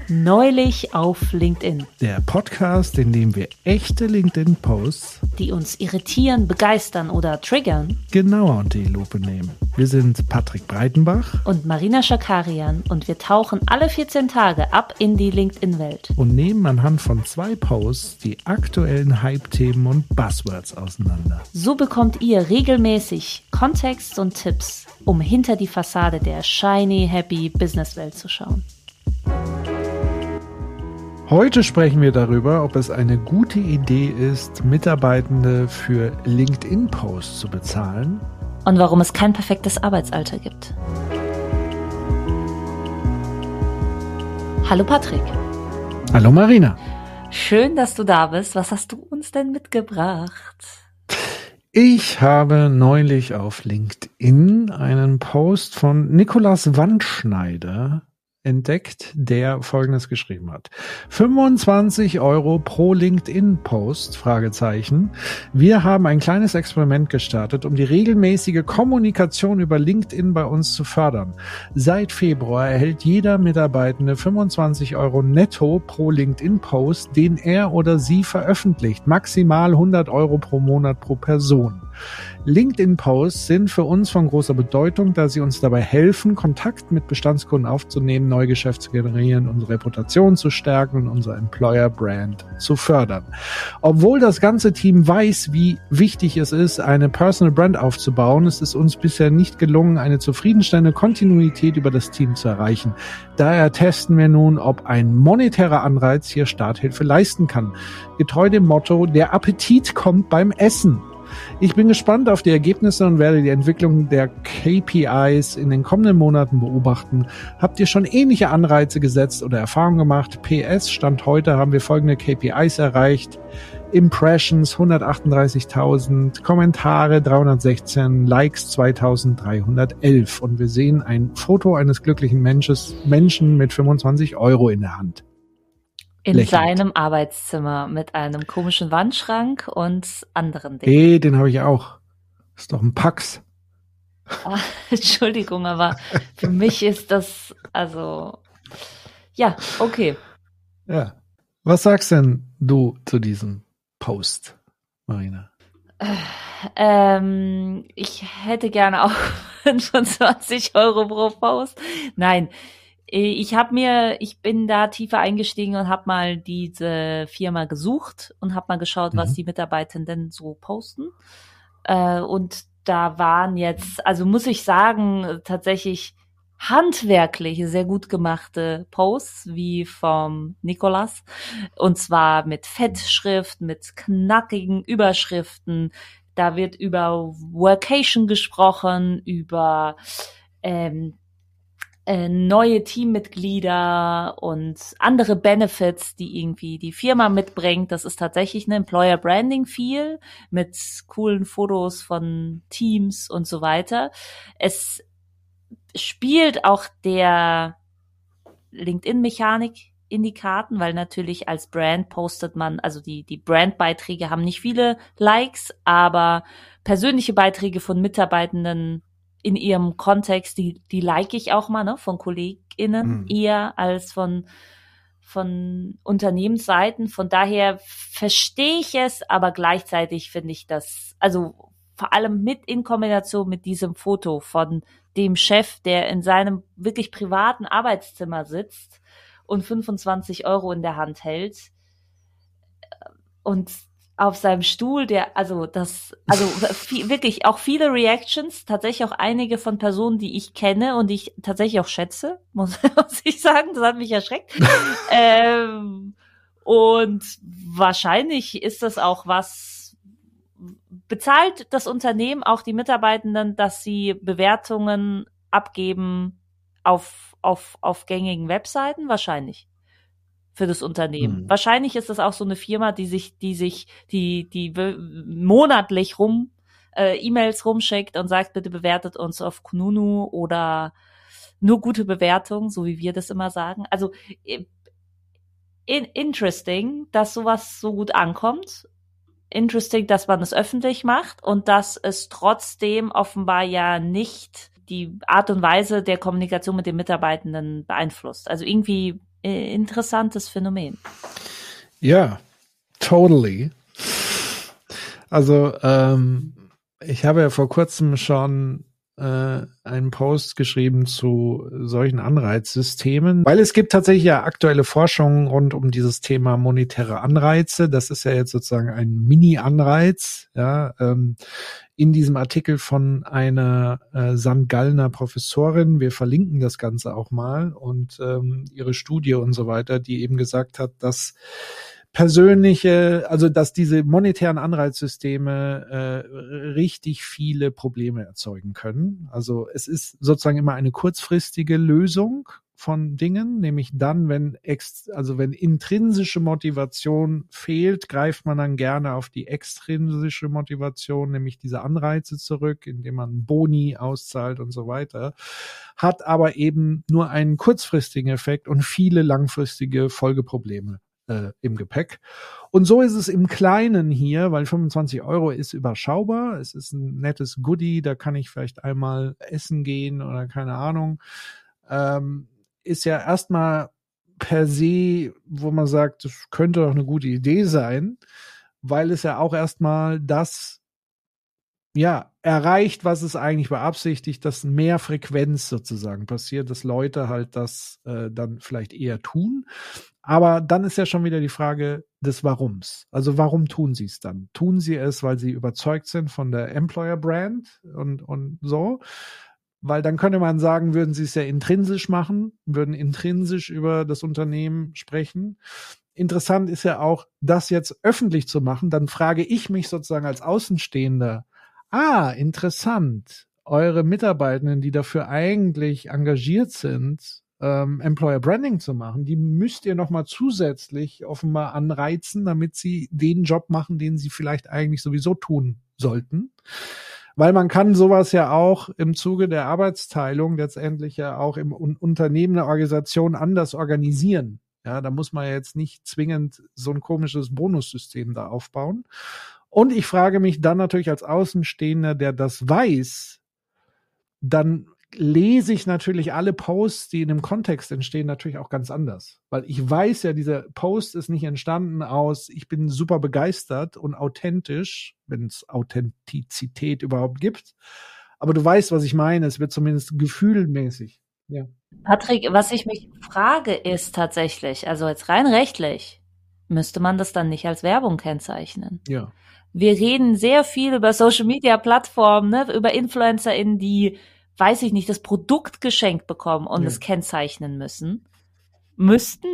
Neulich auf LinkedIn. Der Podcast, in dem wir echte LinkedIn-Posts, die uns irritieren, begeistern oder triggern, genauer unter die Lupe nehmen. Wir sind Patrick Breitenbach und Marina Schakarian und wir tauchen alle 14 Tage ab in die LinkedIn-Welt. Und nehmen anhand von 2 Posts die aktuellen Hype-Themen und Buzzwords auseinander. So bekommt ihr regelmäßig Kontext und Tipps, um hinter die Fassade der shiny, happy Business-Welt zu schauen. Heute sprechen wir darüber, ob es eine gute Idee ist, Mitarbeitende für LinkedIn-Posts zu bezahlen. Und warum es kein perfektes Arbeitsalter gibt. Hallo Patrick. Hallo Marina. Schön, dass du da bist. Was hast du uns denn mitgebracht? Ich habe neulich auf LinkedIn einen Post von Nikolaus Wandschneider entdeckt, der Folgendes geschrieben hat. 25 € pro LinkedIn-Post, Fragezeichen. Wir haben ein kleines Experiment gestartet, um die regelmäßige Kommunikation über LinkedIn bei uns zu fördern. Seit Februar erhält jeder Mitarbeitende 25 € netto pro LinkedIn-Post, den er oder sie veröffentlicht. Maximal 100 € pro Monat pro Person. LinkedIn-Posts sind für uns von großer Bedeutung, da sie uns dabei helfen, Kontakt mit Bestandskunden aufzunehmen, Neugeschäft zu generieren, unsere Reputation zu stärken und unser Employer-Brand zu fördern. Obwohl das ganze Team weiß, wie wichtig es ist, eine Personal Brand aufzubauen, ist es uns bisher nicht gelungen, eine zufriedenstellende Kontinuität über das Team zu erreichen. Daher testen wir nun, ob ein monetärer Anreiz hier Starthilfe leisten kann. Getreu dem Motto, der Appetit kommt beim Essen. Ich bin gespannt auf die Ergebnisse und werde die Entwicklung der KPIs in den kommenden Monaten beobachten. Habt ihr schon ähnliche Anreize gesetzt oder Erfahrungen gemacht? PS, Stand heute haben wir folgende KPIs erreicht. Impressions 138.000, Kommentare 316, Likes 2.311. Und wir sehen ein Foto eines glücklichen Menschen mit 25 € in der Hand. In seinem Arbeitszimmer mit einem komischen Wandschrank und anderen Dingen. Hey, den habe ich auch. Ist doch ein Pax. Ah, Entschuldigung, aber für mich ist das, ja, okay. Ja. Was sagst denn du zu diesem Post, Marina? Ich hätte gerne auch 25 € pro Post. Nein. Ich bin da tiefer eingestiegen und habe mal diese Firma gesucht und habe mal geschaut, was die Mitarbeitenden so posten. Und da waren jetzt, also muss ich sagen, tatsächlich handwerklich sehr gut gemachte Posts, wie vom Nikolaus. Und zwar mit Fettschrift, mit knackigen Überschriften. Da wird über Workation gesprochen, über neue Teammitglieder und andere Benefits, die irgendwie die Firma mitbringt. Das ist tatsächlich eine Employer Branding viel mit coolen Fotos von Teams und so weiter. Es spielt auch der LinkedIn-Mechanik in die Karten, weil natürlich als Brand postet man, also die Brandbeiträge haben nicht viele Likes, aber persönliche Beiträge von Mitarbeitenden in ihrem Kontext, die like ich auch mal, ne, von KollegInnen eher als von Unternehmensseiten. Von daher verstehe ich es, aber gleichzeitig finde ich das, also vor allem in Kombination mit diesem Foto von dem Chef, der in seinem wirklich privaten Arbeitszimmer sitzt und 25 € in der Hand hält und auf seinem Stuhl, wirklich auch viele Reactions, tatsächlich auch einige von Personen, die ich kenne und die ich tatsächlich auch schätze, muss ich sagen, das hat mich erschreckt. Und wahrscheinlich ist das auch was, bezahlt das Unternehmen auch die Mitarbeitenden, dass sie Bewertungen abgeben auf gängigen Webseiten? Wahrscheinlich. Für das Unternehmen. Wahrscheinlich ist das auch so eine Firma, die monatlich E-Mails rumschickt und sagt, bitte bewertet uns auf Kununu oder nur gute Bewertungen, so wie wir das immer sagen. Also interesting, dass sowas so gut ankommt. Interesting, dass man es öffentlich macht und dass es trotzdem offenbar ja nicht die Art und Weise der Kommunikation mit den Mitarbeitenden beeinflusst. Also irgendwie interessantes Phänomen. Ja, totally. Also ich habe ja vor kurzem schon einen Post geschrieben zu solchen Anreizsystemen, weil es gibt tatsächlich ja aktuelle Forschungen rund um dieses Thema monetäre Anreize. Das ist ja jetzt sozusagen ein Mini-Anreiz, ja, in diesem Artikel von einer St. Gallner Professorin. Wir verlinken das Ganze auch mal und ihre Studie und so weiter, die eben gesagt hat, dass dass diese monetären Anreizsysteme richtig viele Probleme erzeugen können. Also es ist sozusagen immer eine kurzfristige Lösung von Dingen, nämlich dann, wenn intrinsische Motivation fehlt, greift man dann gerne auf die extrinsische Motivation, nämlich diese Anreize zurück, indem man Boni auszahlt und so weiter, hat aber eben nur einen kurzfristigen Effekt und viele langfristige Folgeprobleme im Gepäck. Und so ist es im Kleinen hier, weil 25 € ist überschaubar. Es ist ein nettes Goodie, da kann ich vielleicht einmal essen gehen oder keine Ahnung. Ist ja erstmal per se, wo man sagt, das könnte doch eine gute Idee sein, weil es ja auch erstmal das erreicht, was es eigentlich beabsichtigt, dass mehr Frequenz sozusagen passiert, dass Leute halt das dann vielleicht eher tun. Aber dann ist ja schon wieder die Frage des Warums. Also warum tun sie es dann? Tun sie es, weil sie überzeugt sind von der Employer Brand und so? Weil dann könnte man sagen, würden sie es ja intrinsisch machen, würden intrinsisch über das Unternehmen sprechen. Interessant ist ja auch, das jetzt öffentlich zu machen. Dann frage ich mich sozusagen als Außenstehender, interessant, eure Mitarbeitenden, die dafür eigentlich engagiert sind, Employer Branding zu machen, die müsst ihr nochmal zusätzlich offenbar anreizen, damit sie den Job machen, den sie vielleicht eigentlich sowieso tun sollten. Weil man kann sowas ja auch im Zuge der Arbeitsteilung letztendlich ja auch im Unternehmen der Organisation anders organisieren. Ja, da muss man ja jetzt nicht zwingend so ein komisches Bonussystem da aufbauen. Und ich frage mich dann natürlich als Außenstehender, der das weiß, dann lese ich natürlich alle Posts, die in dem Kontext entstehen, natürlich auch ganz anders. Weil ich weiß ja, dieser Post ist nicht entstanden aus, ich bin super begeistert und authentisch, wenn es Authentizität überhaupt gibt. Aber du weißt, was ich meine. Es wird zumindest gefühlmäßig. Ja. Patrick, was ich mich frage, ist tatsächlich, also jetzt rein rechtlich, müsste man das dann nicht als Werbung kennzeichnen? Ja. Wir reden sehr viel über Social-Media-Plattformen, ne, über InfluencerInnen, die, weiß ich nicht, das Produkt geschenkt bekommen und es kennzeichnen müssen. Müssten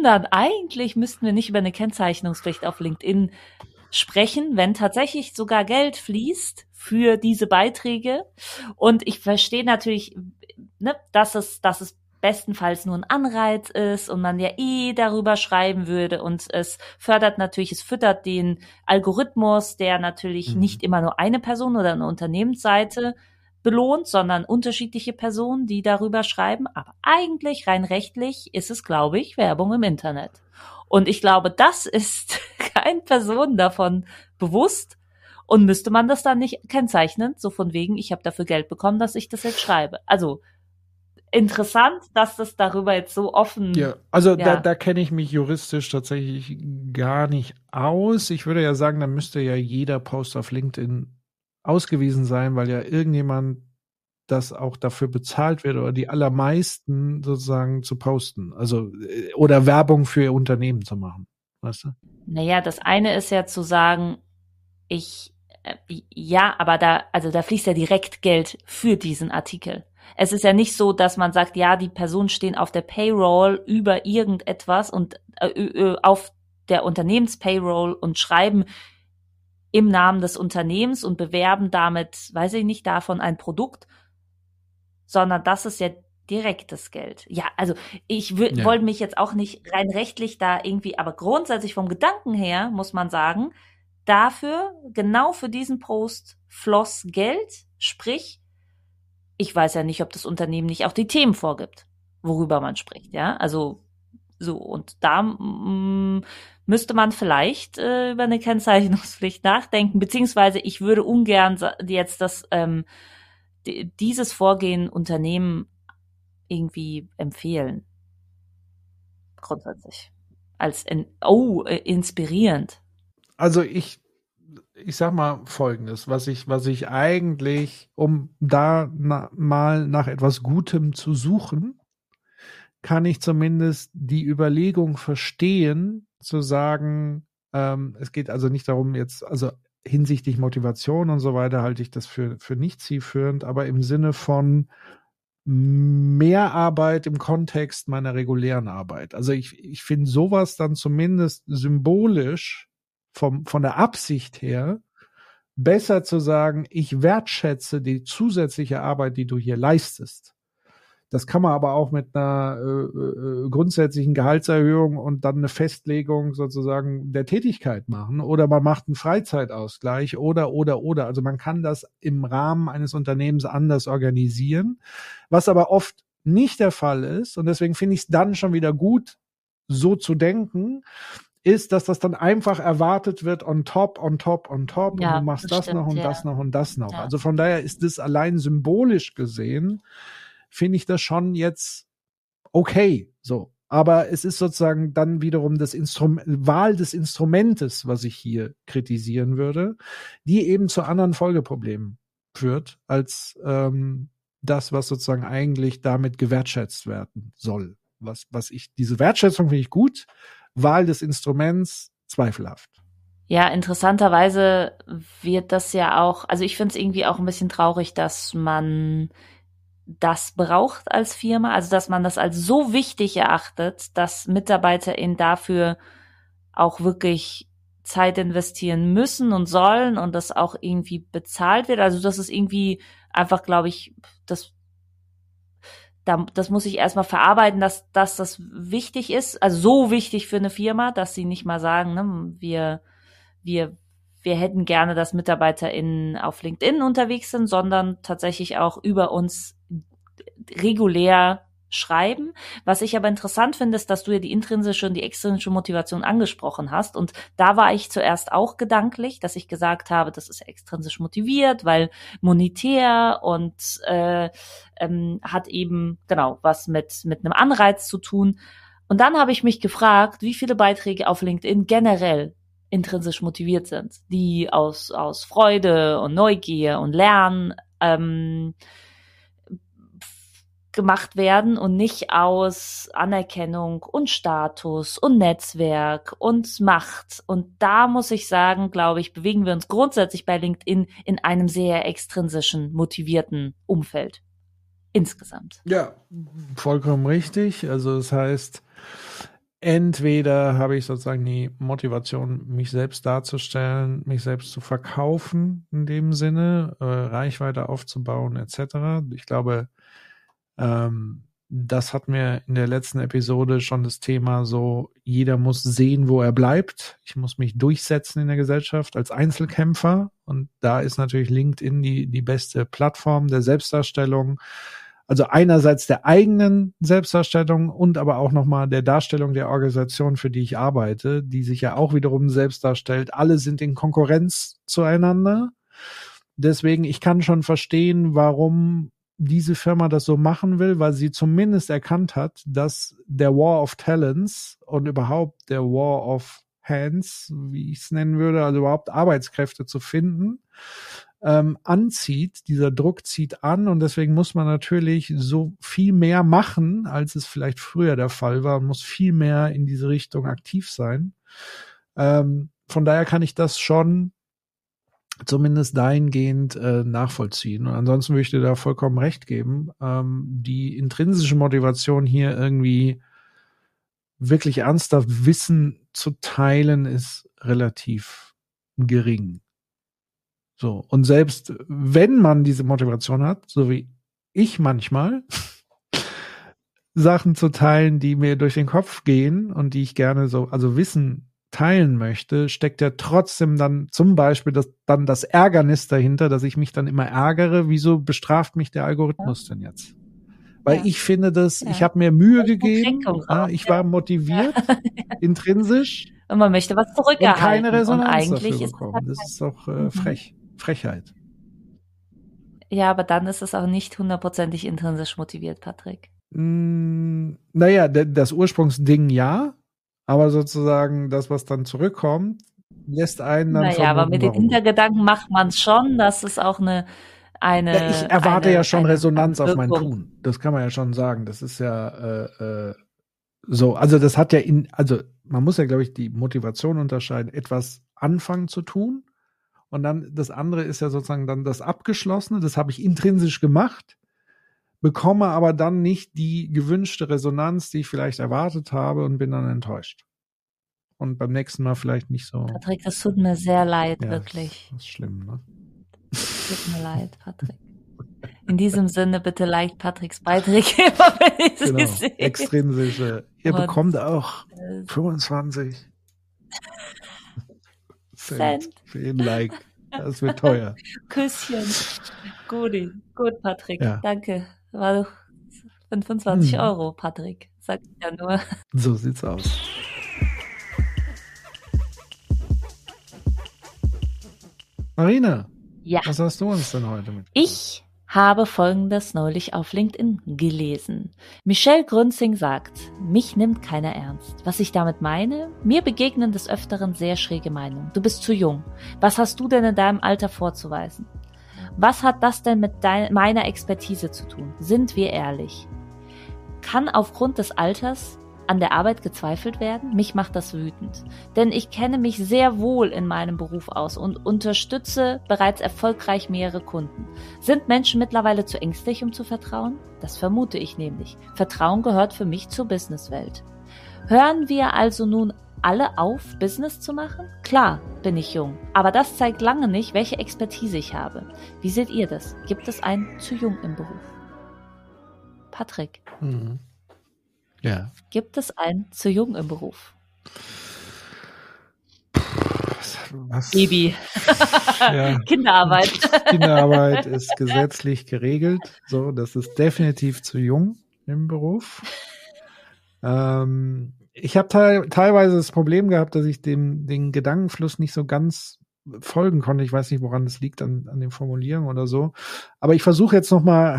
wir nicht über eine Kennzeichnungspflicht auf LinkedIn sprechen, wenn tatsächlich sogar Geld fließt für diese Beiträge. Und ich verstehe natürlich, ne, dass es bestenfalls nur ein Anreiz ist und man ja darüber schreiben würde und es füttert den Algorithmus, der natürlich nicht immer nur eine Person oder eine Unternehmensseite belohnt, sondern unterschiedliche Personen, die darüber schreiben. Aber eigentlich rein rechtlich ist es, glaube ich, Werbung im Internet. Und ich glaube, das ist kein Person davon bewusst. Und müsste man das dann nicht kennzeichnen, so von wegen, ich habe dafür Geld bekommen, dass ich das jetzt schreibe. Also interessant, dass das darüber jetzt so offen... Ja, also da kenne ich mich juristisch tatsächlich gar nicht aus. Ich würde ja sagen, da müsste ja jeder Post auf LinkedIn ausgewiesen sein, weil ja irgendjemand das auch dafür bezahlt wird oder die allermeisten sozusagen zu posten. Also oder Werbung für ihr Unternehmen zu machen. Weißt du? Naja, das eine ist ja zu sagen, aber da fließt ja direkt Geld für diesen Artikel. Es ist ja nicht so, dass man sagt, ja, die Personen stehen auf der Payroll über irgendetwas und auf der Unternehmenspayroll und schreiben im Namen des Unternehmens und bewerben damit, weiß ich nicht, davon ein Produkt, sondern das ist ja direktes Geld. Ja, also ich wollte mich jetzt auch nicht rein rechtlich da irgendwie, aber grundsätzlich vom Gedanken her muss man sagen, genau für diesen Post floss Geld, sprich, ich weiß ja nicht, ob das Unternehmen nicht auch die Themen vorgibt, worüber man spricht, ja, also so, und da müsste man vielleicht über eine Kennzeichnungspflicht nachdenken, beziehungsweise ich würde ungern jetzt dieses Vorgehen Unternehmen irgendwie empfehlen. grundsätzlich. Inspirierend. Also ich sag mal Folgendes, was ich eigentlich, um da mal nach etwas Gutem zu suchen, kann ich zumindest die Überlegung verstehen, zu sagen, es geht also nicht darum jetzt, also hinsichtlich Motivation und so weiter halte ich das für nicht zielführend, aber im Sinne von mehr Arbeit im Kontext meiner regulären Arbeit. Also ich finde sowas dann zumindest symbolisch von der Absicht her besser zu sagen, ich wertschätze die zusätzliche Arbeit, die du hier leistest. Das kann man aber auch mit einer grundsätzlichen Gehaltserhöhung und dann eine Festlegung sozusagen der Tätigkeit machen. Oder man macht einen Freizeitausgleich oder. Also man kann das im Rahmen eines Unternehmens anders organisieren, was aber oft nicht der Fall ist. Und deswegen finde ich es dann schon wieder gut, so zu denken, ist, dass das dann einfach erwartet wird on top. Ja, Und du machst das stimmt, noch und ja. das noch und das noch. Ja. Also von daher ist das allein symbolisch gesehen, finde ich das schon jetzt okay, so. Aber es ist sozusagen dann wiederum Wahl des Instrumentes, was ich hier kritisieren würde, die eben zu anderen Folgeproblemen führt, als das, was sozusagen eigentlich damit gewertschätzt werden soll. Diese Wertschätzung finde ich gut, Wahl des Instruments zweifelhaft. Ja, interessanterweise wird das ja auch, also ich finde es irgendwie auch ein bisschen traurig, dass man das braucht als Firma, also dass man das als so wichtig erachtet, dass MitarbeiterInnen dafür auch wirklich Zeit investieren müssen und sollen und das auch irgendwie bezahlt wird. Also das ist irgendwie einfach, glaube ich, das muss ich erstmal verarbeiten, dass das wichtig ist, also so wichtig für eine Firma, dass sie nicht mal sagen, ne, wir hätten gerne, dass MitarbeiterInnen auf LinkedIn unterwegs sind, sondern tatsächlich auch über uns regulär schreiben. Was ich aber interessant finde, ist, dass du ja die intrinsische und die extrinsische Motivation angesprochen hast. Und da war ich zuerst auch gedanklich, dass ich gesagt habe, das ist extrinsisch motiviert, weil monetär und hat eben genau was mit einem Anreiz zu tun. Und dann habe ich mich gefragt, wie viele Beiträge auf LinkedIn generell intrinsisch motiviert sind, die aus Freude und Neugier und Lernen gemacht werden und nicht aus Anerkennung und Status und Netzwerk und Macht. Und da muss ich sagen, glaube ich, bewegen wir uns grundsätzlich bei LinkedIn in einem sehr extrinsischen, motivierten Umfeld. Insgesamt. Ja, vollkommen richtig. Also das heißt, entweder habe ich sozusagen die Motivation, mich selbst darzustellen, mich selbst zu verkaufen in dem Sinne, Reichweite aufzubauen etc. Ich glaube, das hat mir in der letzten Episode schon das Thema so, jeder muss sehen, wo er bleibt. Ich muss mich durchsetzen in der Gesellschaft als Einzelkämpfer. Und da ist natürlich LinkedIn die beste Plattform der Selbstdarstellung. Also einerseits der eigenen Selbstdarstellung und aber auch nochmal der Darstellung der Organisation, für die ich arbeite, die sich ja auch wiederum selbst darstellt. Alle sind in Konkurrenz zueinander. Deswegen, ich kann schon verstehen, warum diese Firma das so machen will, weil sie zumindest erkannt hat, dass der War of Talents und überhaupt der War of Hands, wie ich es nennen würde, also überhaupt Arbeitskräfte zu finden, anzieht. Dieser Druck zieht an und deswegen muss man natürlich so viel mehr machen, als es vielleicht früher der Fall war, und muss viel mehr in diese Richtung aktiv sein. Von daher kann ich das schon zumindest dahingehend nachvollziehen. Und ansonsten würde ich dir da vollkommen recht geben. Die intrinsische Motivation hier irgendwie wirklich ernsthaft Wissen zu teilen, ist relativ gering. So. Und selbst wenn man diese Motivation hat, so wie ich manchmal, Sachen zu teilen, die mir durch den Kopf gehen und die ich gerne also Wissen teilen möchte, steckt ja trotzdem dann zum Beispiel das Ärgernis dahinter, dass ich mich dann immer ärgere, wieso bestraft mich der Algorithmus denn jetzt? Weil ich finde ich habe mir Mühe gegeben, ich war motiviert, intrinsisch. Und man möchte was zurückerhalten. Und keine Resonanz und eigentlich dafür bekommen. Das ist doch Frechheit. Ja, aber dann ist es auch nicht hundertprozentig intrinsisch motiviert, Patrick. Naja, das Ursprungsding ja, aber sozusagen das, was dann zurückkommt, lässt einen dann Naja, aber vermuten, mit den warum. Hintergedanken macht man es schon, dass es auch Ja, ich erwarte ja schon eine Resonanz auf mein Wirkung. Tun. Das kann man ja schon sagen. Das ist ja so. Also das hat ja also man muss ja, glaube ich, die Motivation unterscheiden, etwas anfangen zu tun. Und dann das andere ist ja sozusagen dann das Abgeschlossene. Das habe ich intrinsisch gemacht, bekomme aber dann nicht die gewünschte Resonanz, die ich vielleicht erwartet habe und bin dann enttäuscht. Und beim nächsten Mal vielleicht nicht so. Patrick, das tut mir sehr leid, Ja, wirklich. das ist schlimm, ne? Tut mir leid, Patrick. In diesem Sinne bitte liked Patricks Beiträge immer, wenn ich sie Genau. sehe. Extrinsische. Ihr Und, bekommt auch 25 Cent Cent. für jeden Like. Das wird teuer. Küsschen. Guti. Gut, Patrick. Ja. Danke. War doch 25 Euro, Patrick. Sag ich ja nur. So sieht's aus. Marina, Ja. was hast du uns denn heute mit? Ich habe Folgendes neulich auf LinkedIn gelesen. Michelle Grünzing sagt, mich nimmt keiner ernst. Was ich damit meine? Mir begegnen des Öfteren sehr schräge Meinungen. Du bist zu jung. Was hast du denn in deinem Alter vorzuweisen? Was hat das denn mit meiner Expertise zu tun? Sind wir ehrlich? Kann aufgrund des Alters an der Arbeit gezweifelt werden? Mich macht das wütend. Denn ich kenne mich sehr wohl in meinem Beruf aus und unterstütze bereits erfolgreich mehrere Kunden. Sind Menschen mittlerweile zu ängstlich, um zu vertrauen? Das vermute ich nämlich. Vertrauen gehört für mich zur Businesswelt. Hören wir also nun alle auf, Business zu machen? Klar, bin ich jung. Aber das zeigt lange nicht, welche Expertise ich habe. Wie seht ihr das? Gibt es ein zu jung im Beruf? Patrick. Ja. Gibt es ein zu jung im Beruf? Was? Baby. Ja. Kinderarbeit. Kinderarbeit ist gesetzlich geregelt. So, das ist definitiv zu jung im Beruf. Ich habe teilweise das Problem gehabt, dass ich den Gedankenfluss nicht so ganz folgen konnte. Ich weiß nicht, woran es liegt, an den Formulierungen oder so. Aber ich versuche jetzt nochmal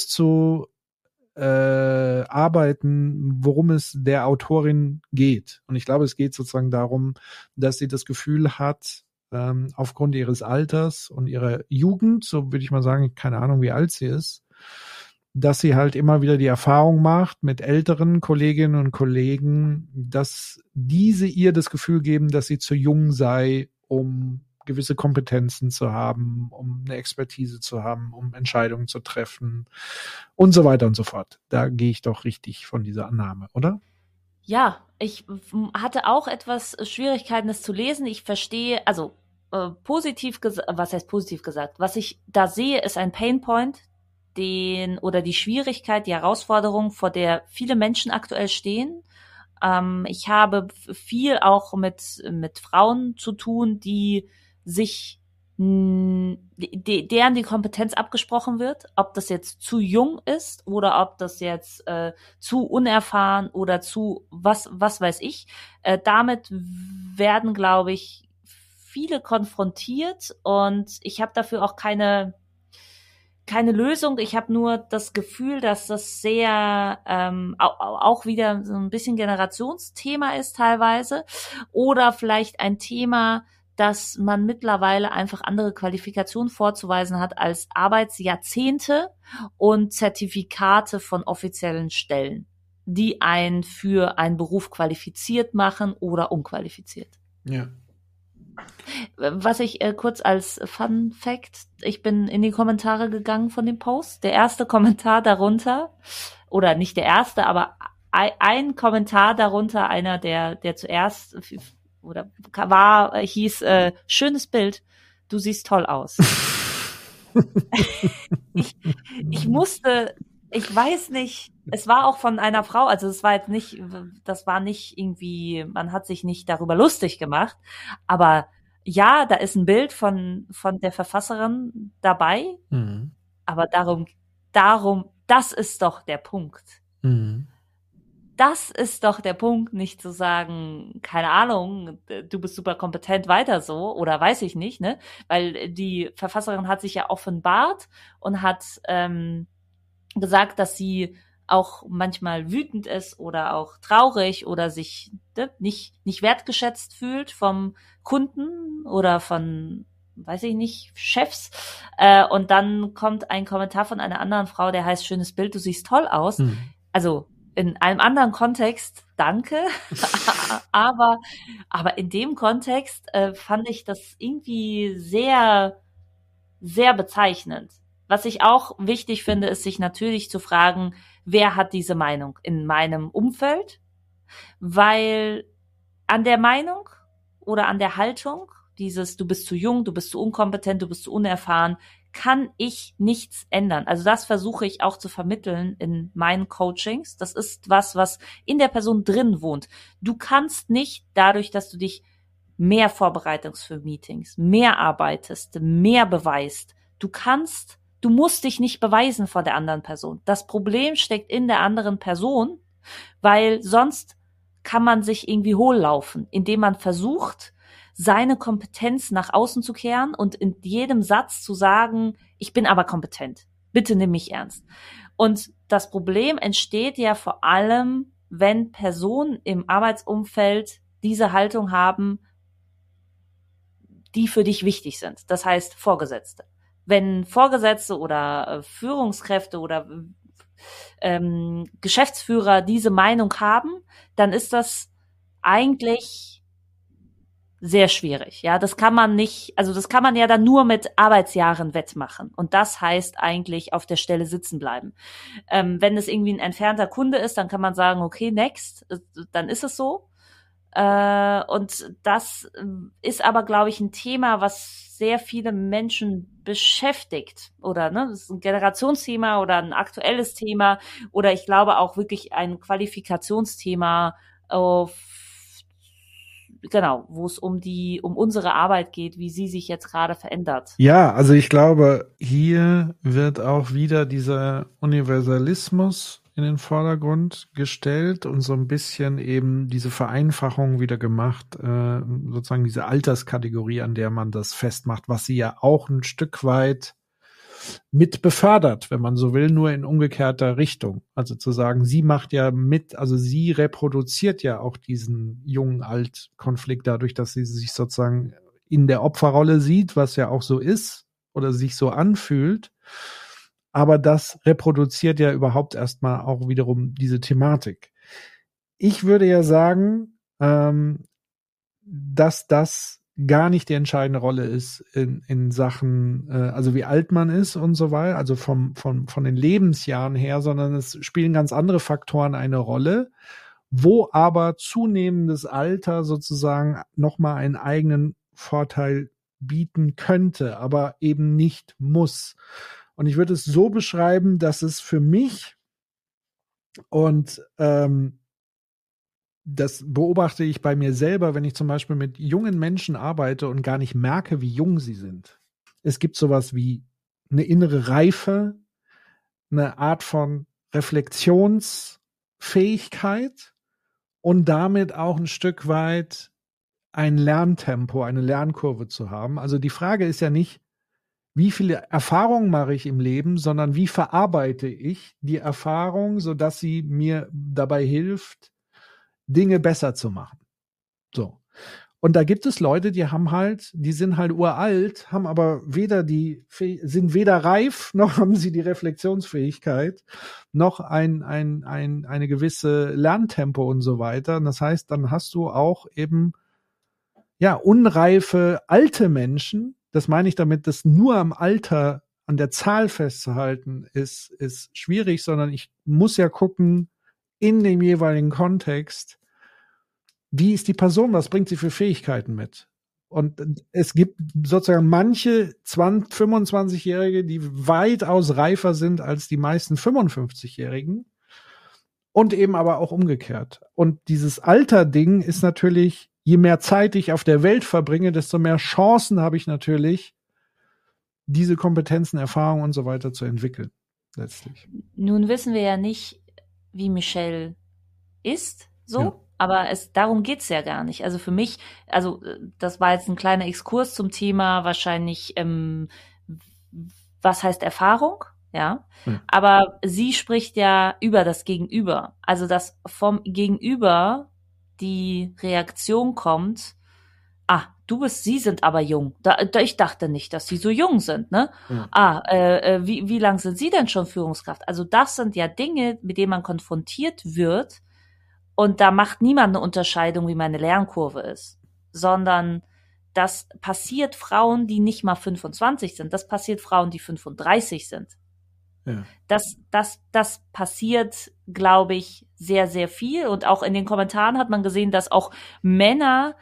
herauszuarbeiten, worum es der Autorin geht. Und ich glaube, es geht sozusagen darum, dass sie das Gefühl hat, aufgrund ihres Alters und ihrer Jugend, so würde ich mal sagen, keine Ahnung, wie alt sie ist, dass sie halt immer wieder die Erfahrung macht mit älteren Kolleginnen und Kollegen, dass diese ihr das Gefühl geben, dass sie zu jung sei, um gewisse Kompetenzen zu haben, um eine Expertise zu haben, um Entscheidungen zu treffen und so weiter und so fort. Da gehe ich doch richtig von dieser Annahme, oder? Ja, ich hatte auch etwas Schwierigkeiten, das zu lesen. Ich verstehe, also positiv gesagt, was heißt positiv gesagt? Was ich da sehe, ist ein Painpoint, oder die Schwierigkeit, die Herausforderung, vor der viele Menschen aktuell stehen. Ich habe viel auch mit Frauen zu tun, die sich deren die Kompetenz abgesprochen wird, ob das jetzt zu jung ist oder ob das jetzt zu unerfahren oder zu was weiß ich. Damit werden, glaube ich, viele konfrontiert und ich habe dafür auch keine Lösung. Ich habe nur das Gefühl, dass das sehr auch wieder so ein bisschen Generationsthema ist teilweise oder vielleicht ein Thema, dass man mittlerweile einfach andere Qualifikationen vorzuweisen hat als Arbeitsjahrzehnte und Zertifikate von offiziellen Stellen, die einen für einen Beruf qualifiziert machen oder unqualifiziert. Ja. Was ich kurz als Fun Fact, ich bin in die Kommentare gegangen von dem Post. Der erste Kommentar darunter, oder nicht der erste, aber ein Kommentar darunter, einer, der zuerst oder hieß, schönes Bild, du siehst toll aus. ich musste, ich weiß nicht, es war auch von einer Frau, also das war nicht irgendwie, man hat sich nicht darüber lustig gemacht, aber ja, da ist ein Bild von der Verfasserin dabei, aber darum, das ist doch der Punkt. Das ist doch der Punkt, nicht zu sagen, keine Ahnung, du bist super kompetent, weiter so, oder weiß ich nicht, ne? Weil die Verfasserin hat sich ja offenbart und hat gesagt, dass sie auch manchmal wütend ist oder auch traurig oder sich nicht wertgeschätzt fühlt vom Kunden oder von, weiß ich nicht, Chefs. Und dann kommt ein Kommentar von einer anderen Frau, der heißt, schönes Bild, du siehst toll aus. Also in einem anderen Kontext, danke. aber in dem Kontext fand ich das irgendwie sehr, sehr bezeichnend. Was ich auch wichtig finde, ist sich natürlich zu fragen, wer hat diese Meinung in meinem Umfeld? Weil an der Meinung oder an der Haltung, dieses du bist zu jung, du bist zu unkompetent, du bist zu unerfahren, kann ich nichts ändern. Also das versuche ich auch zu vermitteln in meinen Coachings. Das ist was in der Person drin wohnt. Du kannst nicht dadurch, dass du dich mehr vorbereitest für Meetings, mehr arbeitest, mehr beweist. Du musst dich nicht beweisen vor der anderen Person. Das Problem steckt in der anderen Person, weil sonst kann man sich irgendwie hohllaufen, indem man versucht, seine Kompetenz nach außen zu kehren und in jedem Satz zu sagen, ich bin aber kompetent. Bitte nimm mich ernst. Und das Problem entsteht ja vor allem, wenn Personen im Arbeitsumfeld diese Haltung haben, die für dich wichtig sind. Das heißt Vorgesetzte. Wenn Vorgesetzte oder Führungskräfte oder Geschäftsführer diese Meinung haben, dann ist das eigentlich sehr schwierig. Ja, das kann man nicht, also das kann man ja dann nur mit Arbeitsjahren wettmachen. Und das heißt eigentlich auf der Stelle sitzen bleiben. Wenn es irgendwie ein entfernter Kunde ist, dann kann man sagen, okay, next, dann ist es so. Und das ist aber, glaube ich, ein Thema, was sehr viele Menschen beschäftigt. Oder, ne, das ist ein Generationsthema oder ein aktuelles Thema. Oder ich glaube auch wirklich ein Qualifikationsthema, genau, wo es um unsere Arbeit geht, wie sie sich jetzt gerade verändert. Ja, also ich glaube, hier wird auch wieder dieser Universalismus in den Vordergrund gestellt und so ein bisschen eben diese Vereinfachung wieder gemacht, sozusagen diese Alterskategorie, an der man das festmacht, was sie ja auch ein Stück weit mit befördert, wenn man so will, nur in umgekehrter Richtung. Also zu sagen, sie macht ja mit, also sie reproduziert ja auch diesen Jung-Alt-Konflikt dadurch, dass sie sich sozusagen in der Opferrolle sieht, was ja auch so ist oder sich so anfühlt. Aber das reproduziert ja überhaupt erstmal auch wiederum diese Thematik. Ich würde ja sagen, dass das gar nicht die entscheidende Rolle ist in Sachen, also wie alt man ist und so weiter, also von den Lebensjahren her, sondern es spielen ganz andere Faktoren eine Rolle, wo aber zunehmendes Alter sozusagen nochmal einen eigenen Vorteil bieten könnte, aber eben nicht muss. Und ich würde es so beschreiben, dass es für mich und das beobachte ich bei mir selber, wenn ich zum Beispiel mit jungen Menschen arbeite und gar nicht merke, wie jung sie sind. Es gibt sowas wie eine innere Reife, eine Art von Reflexionsfähigkeit und damit auch ein Stück weit ein Lerntempo, eine Lernkurve zu haben. Also die Frage ist ja nicht, wie viele Erfahrungen mache ich im Leben, sondern wie verarbeite ich die Erfahrung, sodass sie mir dabei hilft, Dinge besser zu machen. So. Und da gibt es Leute, die sind halt uralt, haben aber sind weder reif, noch haben sie die Reflexionsfähigkeit, noch eine gewisse Lerntempo und so weiter. Und das heißt, dann hast du auch eben, ja, unreife alte Menschen. Das meine ich damit, dass nur am Alter, an der Zahl festzuhalten ist schwierig, sondern ich muss ja gucken, in dem jeweiligen Kontext, wie ist die Person, was bringt sie für Fähigkeiten mit? Und es gibt sozusagen manche 25-Jährige, die weitaus reifer sind als die meisten 55-Jährigen und eben aber auch umgekehrt. Und dieses Alter-Ding ist natürlich, je mehr Zeit ich auf der Welt verbringe, desto mehr Chancen habe ich natürlich, diese Kompetenzen, Erfahrungen und so weiter zu entwickeln, letztlich. Nun wissen wir ja nicht, wie Michelle ist, so. Ja. Aber darum geht's ja gar nicht. Also für mich, also das war jetzt ein kleiner Exkurs zum Thema wahrscheinlich, was heißt Erfahrung? ja. Ja. Aber sie spricht ja über das Gegenüber. Also, dass vom Gegenüber die Reaktion kommt, ah, Sie sind aber jung. Ich dachte nicht, dass Sie so jung sind, ne? Ja. Wie lang sind Sie denn schon Führungskraft? Also das sind ja Dinge, mit denen man konfrontiert wird und da macht niemand eine Unterscheidung, wie meine Lernkurve ist, sondern das passiert Frauen, die nicht mal 25 sind. Das passiert Frauen, die 35 sind. Ja. Das passiert, glaube ich, sehr, sehr viel. Und auch in den Kommentaren hat man gesehen, dass auch Männer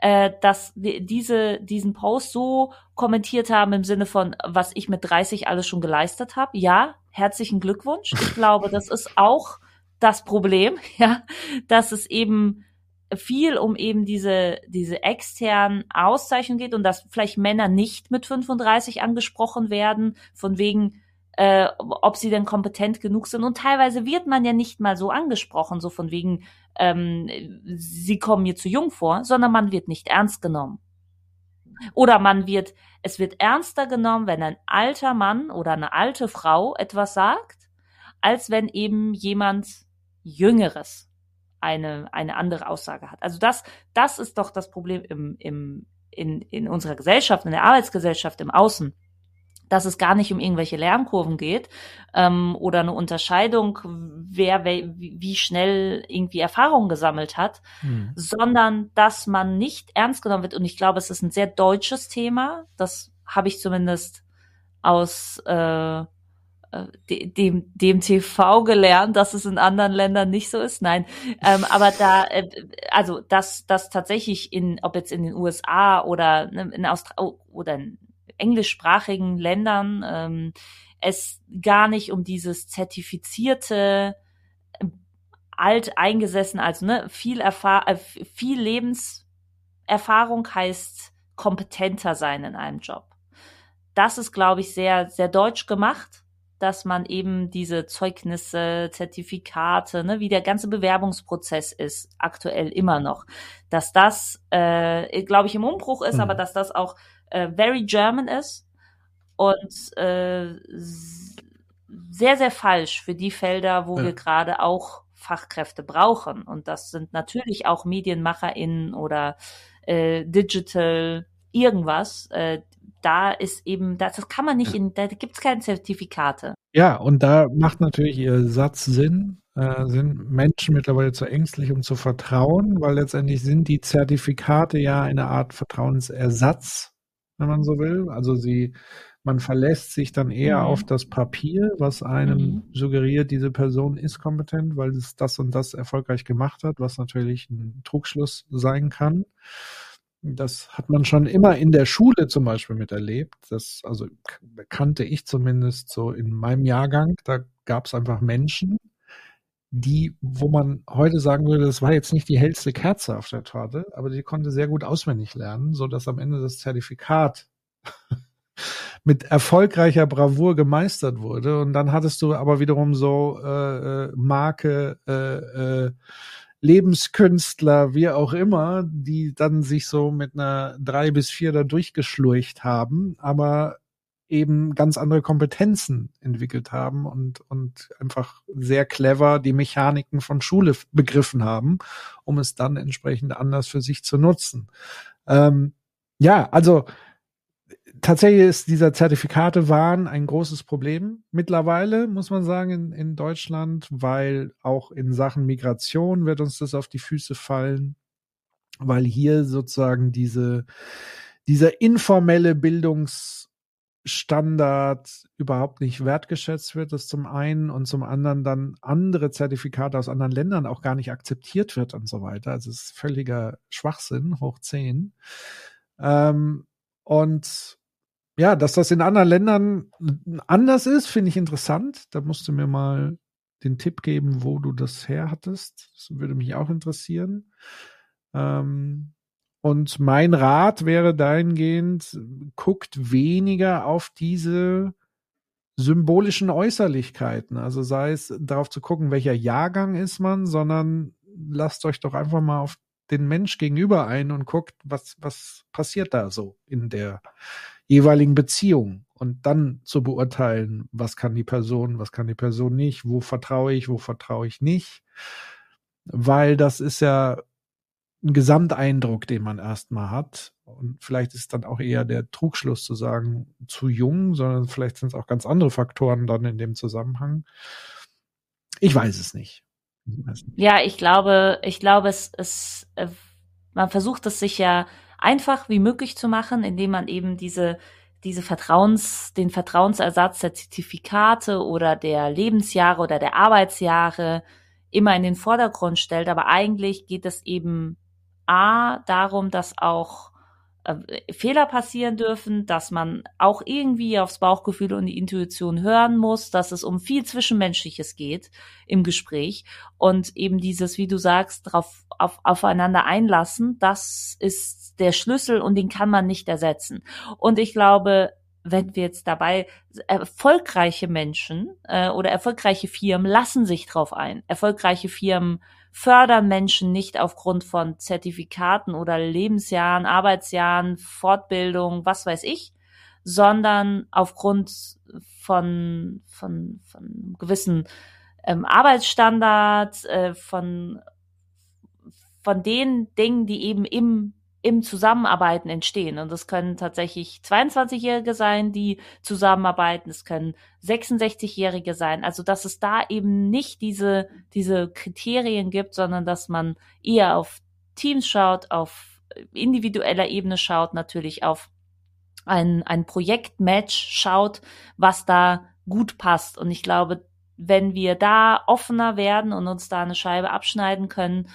diesen Post so kommentiert haben im Sinne von, was ich mit 30 alles schon geleistet habe. Ja, herzlichen Glückwunsch. Ich glaube, das ist auch das Problem, ja, dass es eben viel um eben diese externen Auszeichnungen geht und dass vielleicht Männer nicht mit 35 angesprochen werden, von wegen, ob sie denn kompetent genug sind. Und teilweise wird man ja nicht mal so angesprochen, so von wegen, sie kommen mir zu jung vor, sondern man wird nicht ernst genommen. Oder es wird ernster genommen, wenn ein alter Mann oder eine alte Frau etwas sagt, als wenn eben jemand Jüngeres eine andere Aussage hat. Also das ist doch das Problem in unserer Gesellschaft, in der Arbeitsgesellschaft im Außen, dass es gar nicht um irgendwelche Lernkurven geht oder eine Unterscheidung, wer wie schnell irgendwie Erfahrung gesammelt hat, sondern dass man nicht ernst genommen wird. Und ich glaube, es ist ein sehr deutsches Thema. Das habe ich zumindest aus dem TV gelernt, dass es in anderen Ländern nicht so ist. Nein, aber also dass tatsächlich ob jetzt in den USA oder in Australien oder in englischsprachigen Ländern es gar nicht um dieses zertifizierte alteingesessen, also viel Lebenserfahrung heißt kompetenter sein in einem Job. Das ist, glaube ich, sehr, sehr deutsch gemacht, dass man eben diese Zeugnisse, Zertifikate, wie der ganze Bewerbungsprozess ist, aktuell immer noch, dass das, glaube ich, im Umbruch ist, aber dass das auch very German ist und sehr, sehr falsch für die Felder, wo wir gerade auch Fachkräfte brauchen. Und das sind natürlich auch MedienmacherInnen oder Digital irgendwas. Da ist eben, das kann man nicht da gibt's keine Zertifikate. Ja, und da macht natürlich Ihr Satz Sinn. Sind Menschen mittlerweile zu ängstlich, um zu vertrauen, weil letztendlich sind die Zertifikate ja eine Art Vertrauensersatz, wenn man so will. Also man verlässt sich dann eher auf das Papier, was einem suggeriert, diese Person ist kompetent, weil es das und das erfolgreich gemacht hat, was natürlich ein Trugschluss sein kann. Das hat man schon immer in der Schule zum Beispiel miterlebt. Also kannte ich zumindest so in meinem Jahrgang. Da gab es einfach Menschen, wo man heute sagen würde, das war jetzt nicht die hellste Kerze auf der Torte, aber die konnte sehr gut auswendig lernen, so dass am Ende das Zertifikat mit erfolgreicher Bravour gemeistert wurde. Und dann hattest du aber wiederum so Marke, Lebenskünstler, wie auch immer, die dann sich so mit einer 3 bis 4 da durchgeschlurcht haben, aber eben ganz andere Kompetenzen entwickelt haben und einfach sehr clever die Mechaniken von Schule begriffen haben, um es dann entsprechend anders für sich zu nutzen. Ja, also tatsächlich ist dieser Zertifikatewahn ein großes Problem mittlerweile, muss man sagen, in Deutschland, weil auch in Sachen Migration wird uns das auf die Füße fallen, weil hier sozusagen dieser informelle Bildungsstandard überhaupt nicht wertgeschätzt wird, das zum einen, und zum anderen dann andere Zertifikate aus anderen Ländern auch gar nicht akzeptiert wird und so weiter. Also es ist völliger Schwachsinn, hoch 10. Und ja, dass das in anderen Ländern anders ist, finde ich interessant. Da musst du mir mal den Tipp geben, wo du das her hattest. Das würde mich auch interessieren. Und mein Rat wäre dahingehend, guckt weniger auf diese symbolischen Äußerlichkeiten. Also sei es darauf zu gucken, welcher Jahrgang ist man, sondern lasst euch doch einfach mal auf den Mensch gegenüber ein und guckt, was passiert da so in der jeweiligen Beziehung und dann zu beurteilen, was kann die Person nicht, wo vertraue ich nicht, weil das ist ja ein Gesamteindruck, den man erstmal hat und vielleicht ist dann auch eher der Trugschluss zu sagen, zu jung, sondern vielleicht sind es auch ganz andere Faktoren dann in dem Zusammenhang. Ich weiß es nicht. Ja, ich glaube, man versucht es sich ja einfach wie möglich zu machen, indem man eben den Vertrauensersatz der Zertifikate oder der Lebensjahre oder der Arbeitsjahre immer in den Vordergrund stellt. Aber eigentlich geht es eben darum, dass auch Fehler passieren dürfen, dass man auch irgendwie aufs Bauchgefühl und die Intuition hören muss, dass es um viel Zwischenmenschliches geht im Gespräch und eben dieses, wie du sagst, aufeinander einlassen, das ist der Schlüssel und den kann man nicht ersetzen. Und ich glaube, wenn wir jetzt dabei erfolgreiche Menschen oder erfolgreiche Firmen lassen sich drauf ein. Erfolgreiche Firmen fördern Menschen nicht aufgrund von Zertifikaten oder Lebensjahren, Arbeitsjahren, Fortbildung, was weiß ich, sondern aufgrund von gewissen Arbeitsstandards, von den Dingen, die eben im Zusammenarbeiten entstehen. Und das können tatsächlich 22-Jährige sein, die zusammenarbeiten. Es können 66-Jährige sein. Also, dass es da eben nicht diese Kriterien gibt, sondern dass man eher auf Teams schaut, auf individueller Ebene schaut, natürlich auf ein Projektmatch schaut, was da gut passt. Und ich glaube, wenn wir da offener werden und uns da eine Scheibe abschneiden können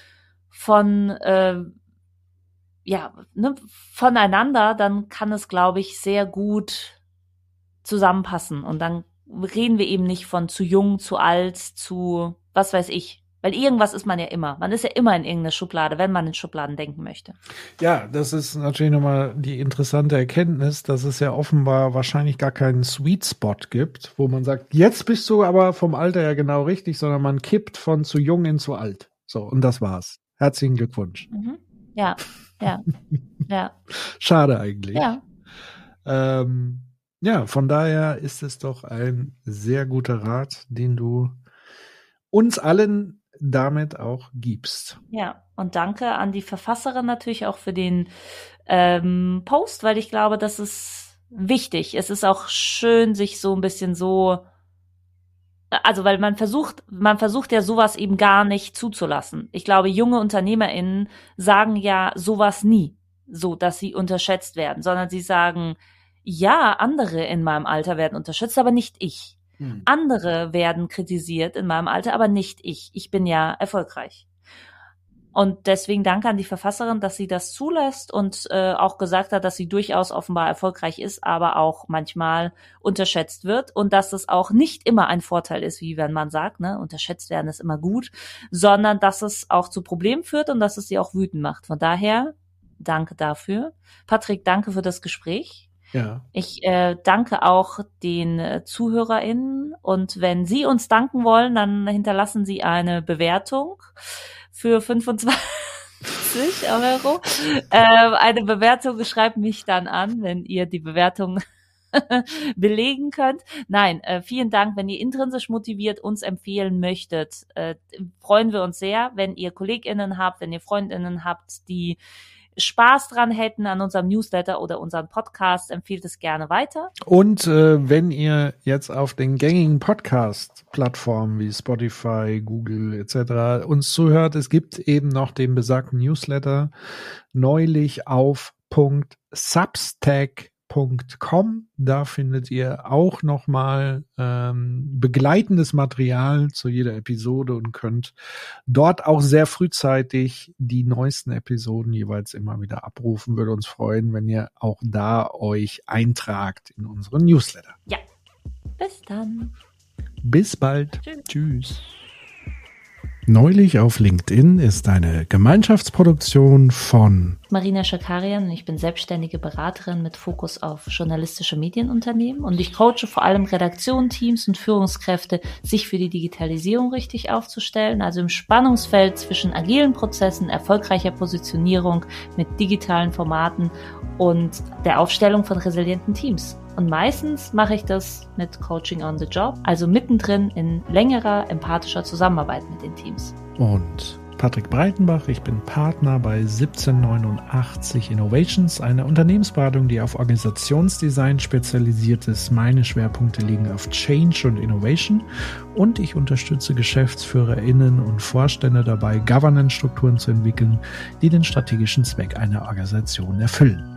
voneinander, dann kann es, glaube ich, sehr gut zusammenpassen. Und dann reden wir eben nicht von zu jung, zu alt, zu was weiß ich. Weil irgendwas ist man ja immer. Man ist ja immer in irgendeiner Schublade, wenn man in Schubladen denken möchte. Ja, das ist natürlich nochmal die interessante Erkenntnis, dass es ja offenbar wahrscheinlich gar keinen Sweet Spot gibt, wo man sagt, jetzt bist du aber vom Alter ja genau richtig, sondern man kippt von zu jung in zu alt. So, und das war's. Herzlichen Glückwunsch. Mhm. Ja. Schade eigentlich. Ja. Von daher ist es doch ein sehr guter Rat, den du uns allen damit auch gibst. Ja, und danke an die Verfasserin natürlich auch für den Post, weil ich glaube, das ist wichtig. Es ist auch schön, sich so ein bisschen also weil man versucht ja sowas eben gar nicht zuzulassen. Ich glaube, junge UnternehmerInnen sagen ja sowas nie, so dass sie unterschätzt werden, sondern sie sagen, ja, andere in meinem Alter werden unterschätzt, aber nicht ich. Andere werden kritisiert in meinem Alter, aber nicht ich. Ich bin ja erfolgreich. Und deswegen danke an die Verfasserin, dass sie das zulässt und auch gesagt hat, dass sie durchaus offenbar erfolgreich ist, aber auch manchmal unterschätzt wird und dass es auch nicht immer ein Vorteil ist, wie wenn man sagt, ne, unterschätzt werden ist immer gut, sondern dass es auch zu Problemen führt und dass es sie auch wütend macht. Von daher, danke dafür. Patrick, danke für das Gespräch. Ja. Ich danke auch den ZuhörerInnen und wenn Sie uns danken wollen, dann hinterlassen Sie eine Bewertung für 25 Euro. Eine Bewertung, schreibt mich dann an, wenn ihr die Bewertung belegen könnt. Nein, vielen Dank, wenn ihr intrinsisch motiviert uns empfehlen möchtet. Freuen wir uns sehr, wenn ihr KollegInnen habt, wenn ihr FreundInnen habt, die Spaß dran hätten an unserem Newsletter oder unserem Podcast, empfiehlt es gerne weiter. Und wenn ihr jetzt auf den gängigen Podcast-Plattformen wie Spotify, Google etc. uns zuhört, es gibt eben noch den besagten Newsletter neulich auf .substack.com. Da findet ihr auch nochmal begleitendes Material zu jeder Episode und könnt dort auch sehr frühzeitig die neuesten Episoden jeweils immer wieder abrufen. Würde uns freuen, wenn ihr auch da euch eintragt in unseren Newsletter. Ja, bis dann. Bis bald. Tschüss. Tschüss. Neulich auf LinkedIn ist eine Gemeinschaftsproduktion von Marina Schakarian. Ich bin selbstständige Beraterin mit Fokus auf journalistische Medienunternehmen und ich coache vor allem Redaktionen, Teams und Führungskräfte, sich für die Digitalisierung richtig aufzustellen, also im Spannungsfeld zwischen agilen Prozessen, erfolgreicher Positionierung mit digitalen Formaten und der Aufstellung von resilienten Teams. Und meistens mache ich das mit Coaching on the Job, also mittendrin in längerer, empathischer Zusammenarbeit mit den Teams. Und Patrick Breitenbach, ich bin Partner bei 1789 Innovations, einer Unternehmensberatung, die auf Organisationsdesign spezialisiert ist. Meine Schwerpunkte liegen auf Change und Innovation und ich unterstütze GeschäftsführerInnen und Vorstände dabei, Governance-Strukturen zu entwickeln, die den strategischen Zweck einer Organisation erfüllen.